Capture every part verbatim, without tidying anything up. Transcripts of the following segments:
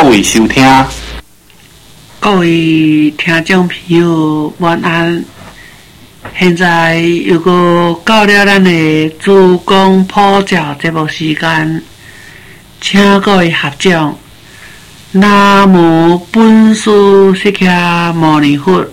各位收听。 各位听众朋友，晚安。现在又搁到了咱的主讲普教节目时间，请各位合掌。南无本师释迦牟尼佛。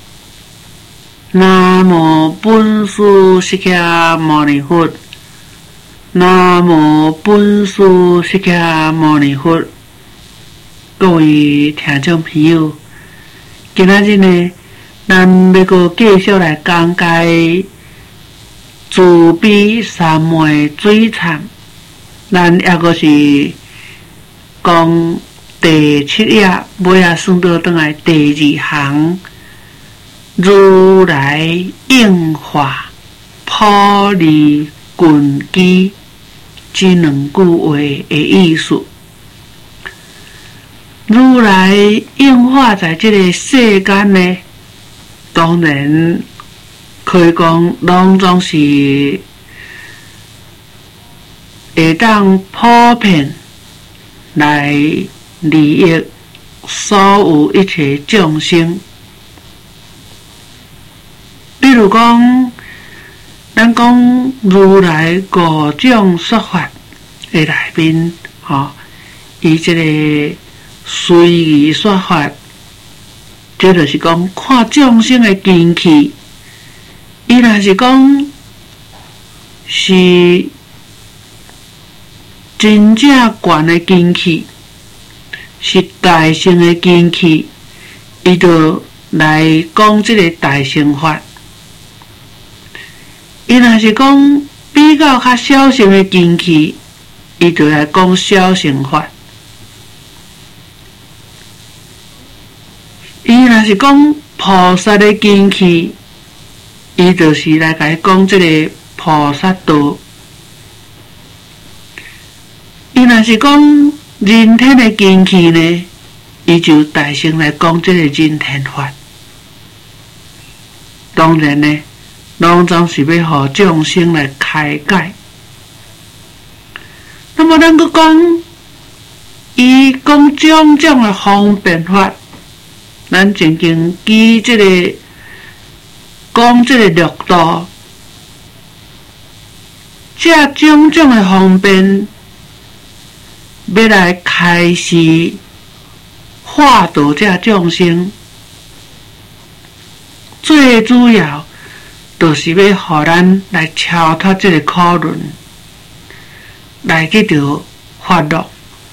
南无本师释迦牟尼佛。南无本师释迦牟尼佛。各位听众朋友，今仔日呢，咱要搁继续来讲解慈悲三昧水忏。咱抑搁是讲第七页，尾仔算到转来第二行，如来应化普利根基这两句话的意思。如来应化在这个世间呢，当然可以讲拢总是会当普遍来利益所有一切众生。比如讲，咱讲如来五种说法的内面，吼，伊这个随意说法，这就是讲看众生的根器。伊若是讲是真正悬的根器，是大乘的根器，伊就来讲这个大乘法。伊若是讲比较较小乘的根器，伊就来讲小乘法。伊若是讲菩萨的根器，伊就是来甲伊讲这个菩萨道。伊若是讲人天的根器呢，伊就大乘来讲这个人天法。当然呢，拢总是要互众生来开解。那么咱阁讲，伊讲种种的方便法。咱曾经举这个讲这个六度，这种种的方便，要来开示化度这众生，最主要就是要互咱来超脱这个苦轮，来得到法乐。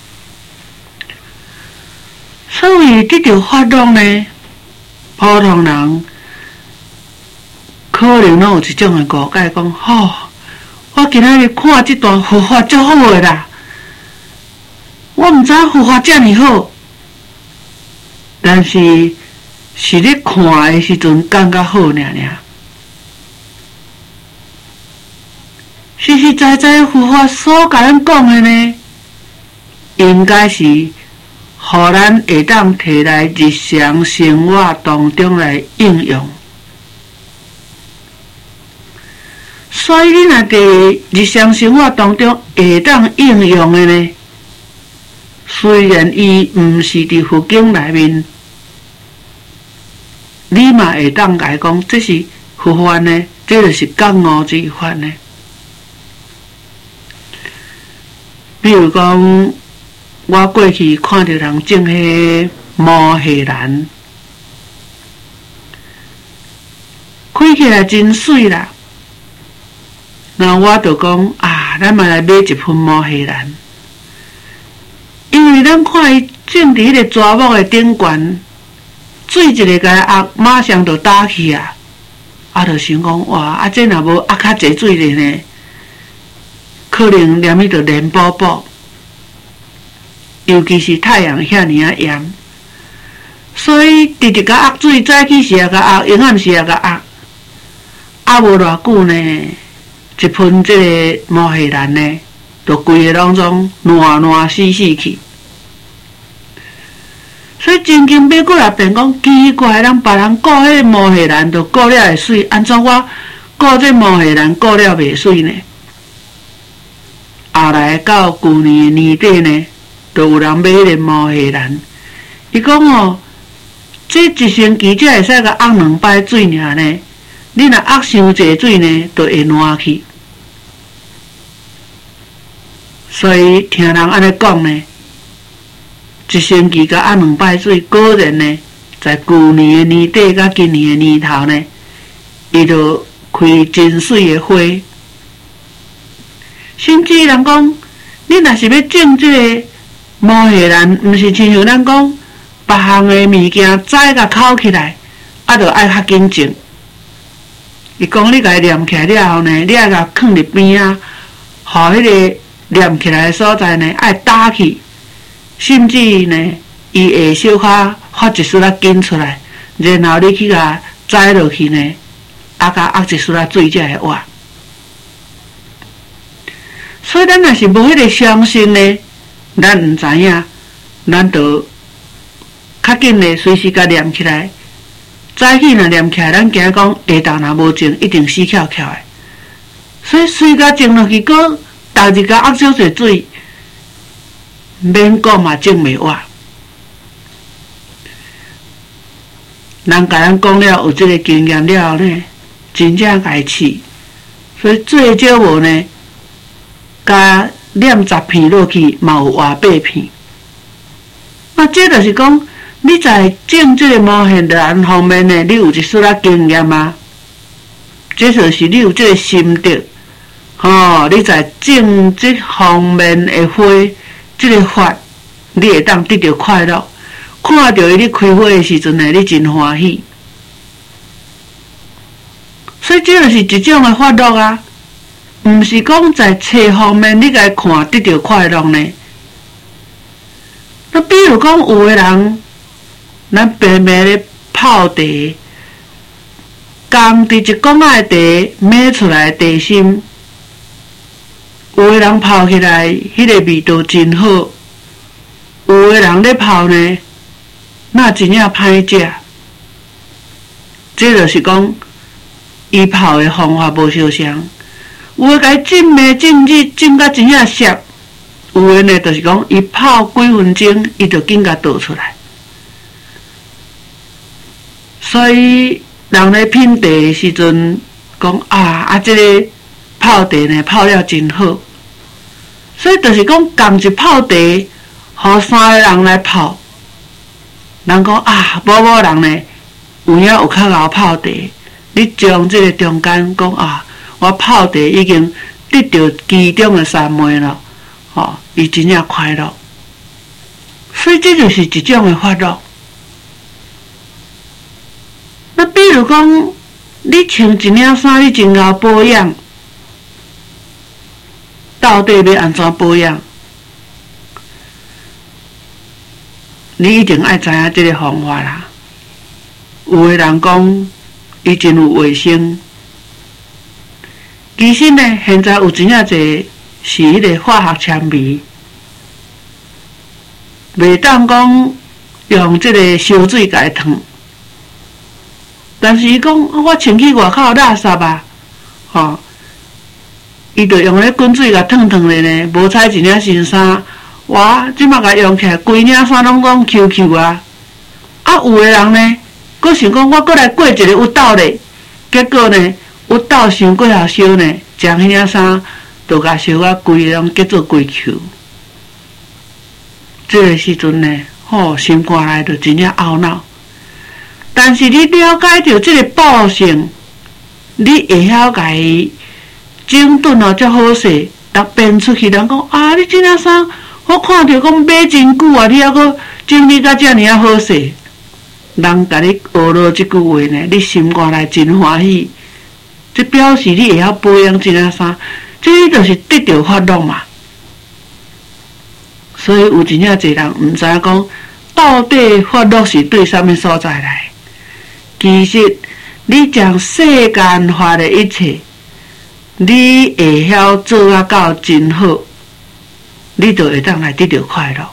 所以这条法乐呢，普通人可能拢有一种的误解，讲吼、哦，我今仔日看这段佛法足好个啦，我毋知佛法遮尔好，但是是咧看的时阵感觉好尔尔。实实在在佛法所甲咱讲的呢，应该是互咱会当摕来日常生活当中来应用。所以你若伫日常生活当中会当应用的呢，虽然伊毋是伫佛经内面，你嘛会当甲伊讲，这是佛法呢，这就是觉悟之法呢。比如讲，我过去看到人种迄毛蟹兰，开起来真水啦。那我就讲啊，咱嘛来买一盆毛蟹兰，因为咱看伊种伫迄个蛇木的顶悬，水一个甲压，马上就打去啊！啊，就想讲哇，啊这若无压较济水咧呢，可能连伊就黏宝宝。尤其是太阳遐尔啊炎，所以直直甲压水，早起时啊甲压，昏暗时啊甲压，压无偌久呢，一盆这个毛蟹兰呢，就规个拢总烂烂死死去。所以真经要过来变讲奇怪，咱别人顾迄个毛蟹兰就顾了会水，安怎我顾这毛蟹兰顾了袂水呢？后来到旧年的年底呢， 就有人买迄个毛蟹兰。伊讲哦，这一星期才会使甲压两摆水尔呢。你若压伤济水呢，就会烂去。所以听人安尼讲呢，一星期甲压两摆水，果然呢，在旧年的年底甲今年的年头呢，伊就开真水的花。甚至人讲，你若是要种这个毛蟹兰，毋是亲像咱讲别项的物件早甲烤起来，啊，着爱较紧种。伊讲你甲伊念起来了后呢，你爱甲放入边啊，互迄个念起来的所在呢爱打去，甚至呢伊会小可发一丝仔紧出来，然后你去甲栽落去呢，啊甲压一丝仔水才会活。所以咱若是无迄个相信呢，咱毋知影，咱就较紧的随时甲念起来。早起若念起来，咱惊讲下昼若无种，一定死翘翘的。所以随甲种落去，搁逐日甲压少济水，免讲嘛种袂活。人甲咱讲了有即个经验了后呢，真正该试。所以最少无呢，加念十片落去，嘛有活八片。那这就是讲。你在种这个毛蟹兰方面呢，你有一丝仔经验吗？这就是你有这个心得，吼、哦！你在种这方面的花，这个法，你会当得到快乐。看到伊你开花的时阵呢，你真欢喜。所以这就是一种的法乐啊，毋是讲在册方面你该看得到快乐呢。那比如讲，有的人。咱平平咧泡茶，刚伫一公仔的茶买出来的茶心，有的人泡起来，迄个味道真好；有的人咧泡呢，那真正歹食。这就是讲，伊泡的方法无相像。有诶，甲伊浸诶浸日浸甲真正涩；有诶呢，就是讲伊泡几分钟，伊就紧甲倒出来。所以人咧品茶的时阵，讲啊啊，这个泡茶呢泡了真好。所以就是讲，共一泡茶，互三个人来泡。人讲啊，某某人呢有影有较贤泡茶，你将这个中间讲啊，我泡茶已经得到其中的三昧了，吼、哦，伊真正快乐。所以这就是一种的快乐。那比如讲，你穿一领衫，你真贤保养，到底要安怎保养？你一定爱知影这个方法啦。有的人讲，伊真有卫生，其实呢，现在有真正侪是迄个化学纤维，袂当讲用这个烧水甲伊烫。但是伊讲，我穿去外口垃圾啊，吼、哦，伊就用咧滚水甲烫烫咧呢，无采一领新衫，哇，即马甲用起来，规领衫拢讲 Q Q 啊。啊，有诶人呢，佫想讲，我佫来过一个有斗咧，结果呢，有斗伤过后烧呢，将迄领衫就甲烧啊，规个拢结做规 Q。这个时阵呢，吼、哦，心肝内就真正懊恼。但是你了解到这个布性，你会晓甲伊整顿哦，才好势。逐变出去，人讲啊，你这领衫，我看到讲买真久啊，你还阁整理甲遮尔啊好势。人甲你学了即句话呢，你心肝内真欢喜。这表示你会晓保养这领衫，这就是得到法乐嘛。所以有真正侪人毋知影讲，到底法乐是对啥物所在来？其实，你将世间化的一切，你会晓做啊到真好，你就会当来得到快乐。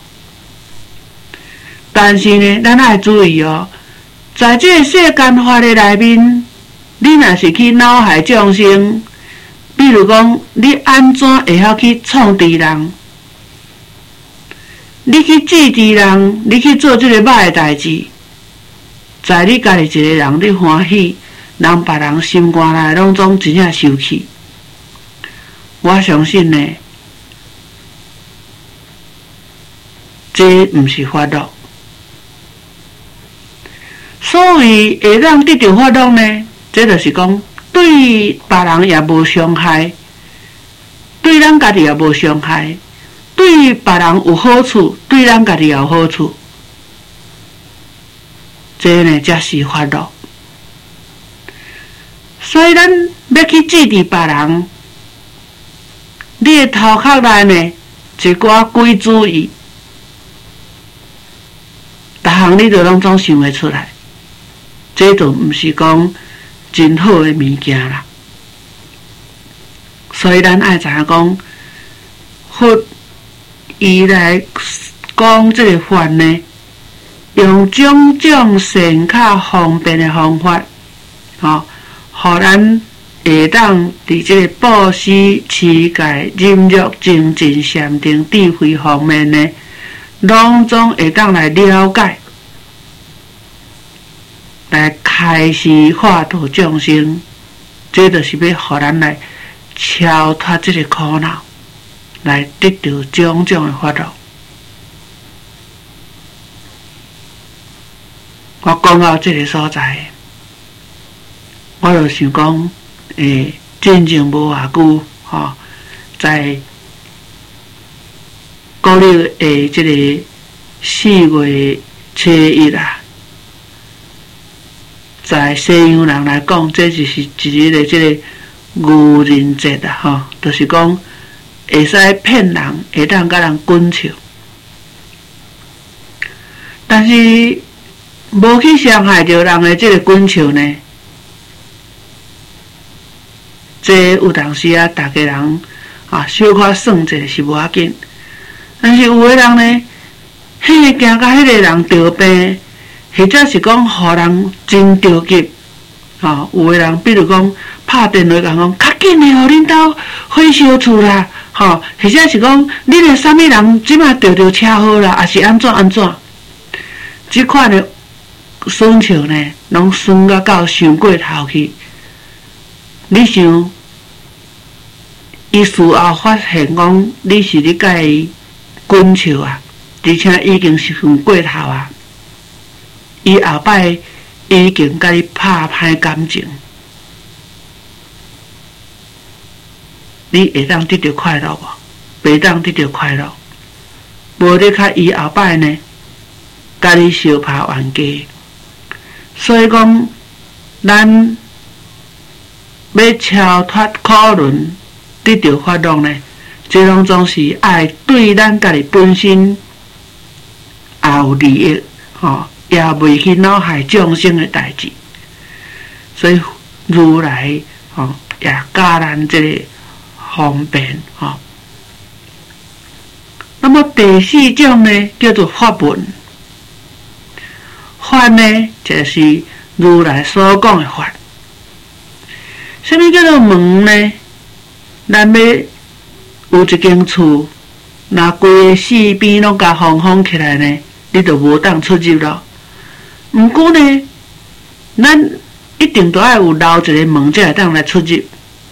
但是呢，咱爱注意哦，在这个世间化的内面，你若是去恼害众生，比如讲，你安怎会晓去创治人？ 你去制止人，你去做这个歹的代志，在你家己一个人你欢喜，人别人心肝内拢总真正受气。我相信呢，这毋是法律。所谓会让得到法律呢，这就是讲对别人也无伤害，对咱家己也无伤害，对别人有好处，对咱家己也有好处。这呢才是法律。所以咱要去制止别人，你的头壳内呢一寡鬼主意，逐项你就拢总想会出来。这就毋是讲真好的物件啦。所以咱爱知影讲，佛伊来讲这个法呢，用种种善巧方便的方法，吼，互咱会当伫这个布施、持戒、忍辱、精进、禅定、智慧方面呢，拢总会当来了解。来开示化度众生，这就是要互咱来超脱这个苦恼，来得到种种的法律。我讲到这个所在，我就想讲，诶，真正无偌久，吼，在国历诶这个四月初一啊。在西洋人来讲，这就是一个这个愚人节啊，吼，就是讲会使骗人，会当甲人滚笑，但是无去伤害着人的这个滚笑呢，这有当时啊，大家人啊小可算者是无要紧，但是有的人呢，迄个惊甲迄个人得病。或者是讲，互人真着急，吼，有的人比如讲拍电话讲讲，较紧的，互恁兜火烧厝啦，吼，或者是讲，恁的啥物人即马着着车祸啦，也是安怎安怎，即款的损笑呢，拢损甲到伤过头去。你想，伊事后发现讲，你是咧甲伊滚笑啊，而且已经是伤过头啊。伊后摆已经甲你拍歹感情，你会当得到快乐无？袂当得到快乐，无你较伊后摆呢，甲你相拍冤家。所以讲，咱要超脱苦轮，得到法律呢，这拢总是爱对咱家己本身也有利益，吼。也袂去恼害众生的代志，所以如来吼、哦、也教咱这个方便吼、哦。那么第四种呢，叫做法门。法呢，就是如来所讲的法。什么叫做门呢？咱要有一间厝，若规个四边拢甲封封起来呢，你就无当出入咯。毋过呢，咱一定都要有留一个门，才会当来出入。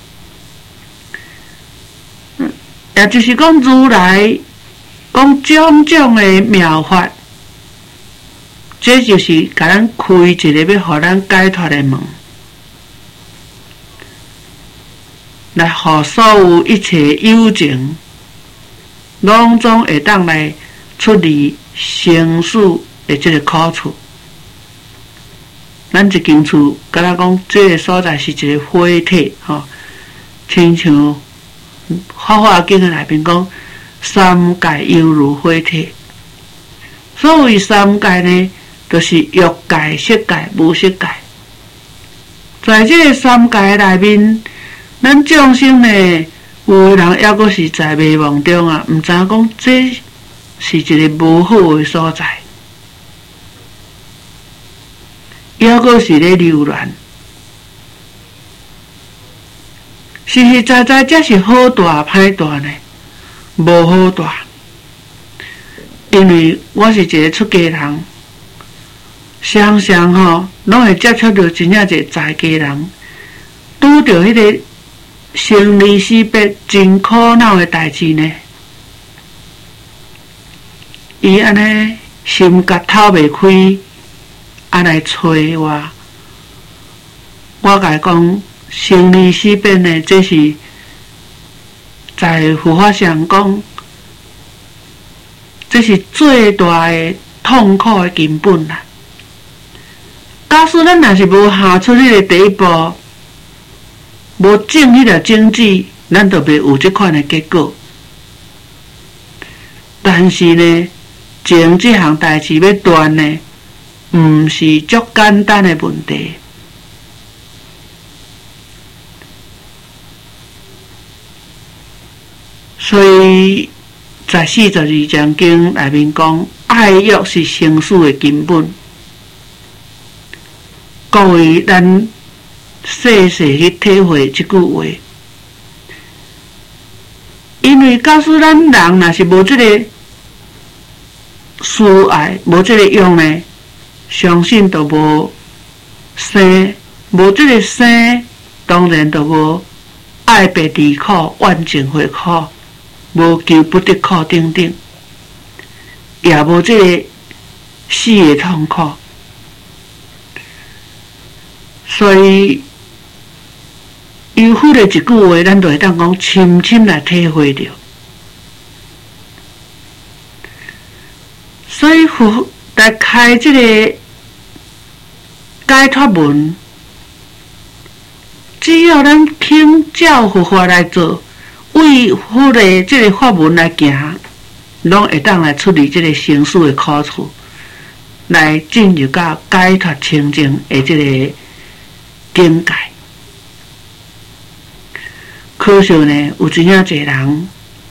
嗯，也就是讲，如来讲种种的妙法，这就是甲咱开一个要互咱解脱的门，来互所有一切有情，拢总会当来出离生死的这个苦处。咱一间厝，敢若讲这个所在是一个火体，吼，亲像法华经的内面讲，三界犹如火体。所谓三界呢，就是欲界、色界、无色界。在这个三界内面，咱众生呢，有的人抑阁是在迷惘中啊，毋知影讲这是一个无好的所在。抑阁是咧流乱，实实在在才是好大歹大呢？无好大。 因为我是一个出家人，常常吼拢会接触到真正一个在家人，拄着迄个生离死别真苦恼的代志呢。伊安尼心甲透袂开，啊来找我。我甲伊讲，生离死别呢，这是在佛法上讲，这是最大的痛苦的根本啦。假使咱若是无下出迄个第一步，无种迄条种子，咱就袂有这款的结果。但是呢，种这项代志要断呢，毋是足简单的问题。所以在四十二章经内面讲，爱欲是生死的根本。各位，咱细细去体会这句话，因为假使咱人若是无这个思爱，无这个用呢，相信就无生，无这个生，当然就无爱别离苦、怨憎会苦。无求不得苦等等，也无这个死的痛苦，所以由佛的一句话，咱就会当讲深深来体会着。所以佛来开这个解脱门，只要咱听照佛法来做。为佛的这个法门来行，拢会当来处理这个生死的苦处，来进入到解脱清净的这个境界。可惜呢，有真正侪人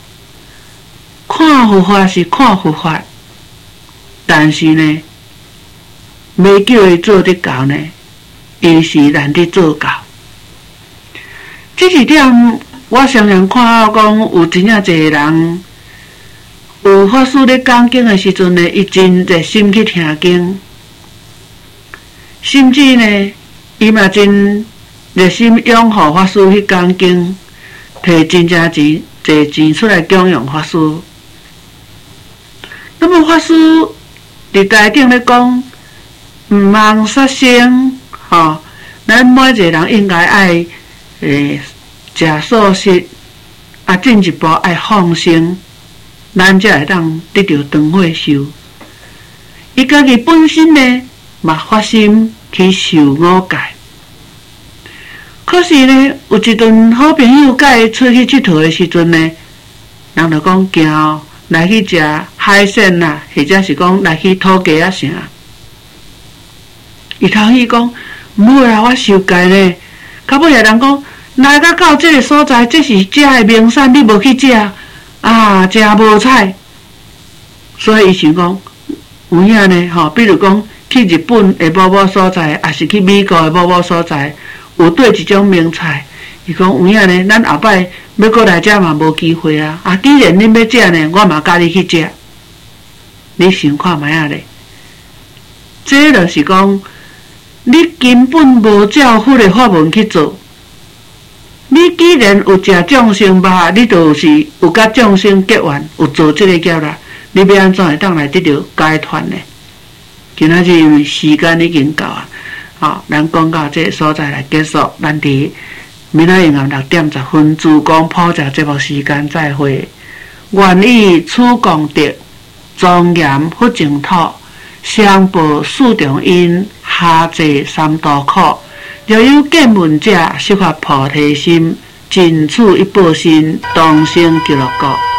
看佛法是看佛法，但是呢，没叫伊做得到呢，伊是难得做到。这一点。我常常看到讲，有真正侪人，有法师咧讲经的时阵呢，伊真热心去听经，甚至呢，伊嘛真热心拥护法师去讲经，摕真正钱、侪钱出来供养法师。那么法师伫台顶咧讲，毋茫杀生，吼，咱每一个人应该爱诶。食素食，啊，进一步爱放生，咱才会当得到长寿寿。伊家己本身呢，嘛发心去受五戒。可是呢，有一阵好朋友甲伊出去佚佗的时阵呢，人就讲行来去食海鲜啦，或者是讲来去讨价啊啥。伊头伊讲，毋好啦，我受戒呢。到尾啊，人讲。来到到这个所在，这是食的名产，你无去食啊，食无彩。所以伊想讲，有影呢，吼，比如讲去日本的某某所在，还是去美国的某某所在，有对一种名菜，伊讲有影呢，咱后摆要过来食嘛无机会啊。啊，既然恁要食呢，我嘛甲你去食。你想看卖啊咧？这就是讲，你根本无照佛的法门去做。你既然有食众生肉，你就是有甲众生结缘，有做这个业啦。你要安怎会当来得到解脱呢？今仔日因为时间已经到啊，好，咱讲到这个所在来结束，咱伫明仔日暗六点十分，自讲普查节目时间再会。愿以此功德，庄严佛净土，上报四重因，下济三途苦。若有见闻者，悉发菩提心，尽此一报身，当生极乐国。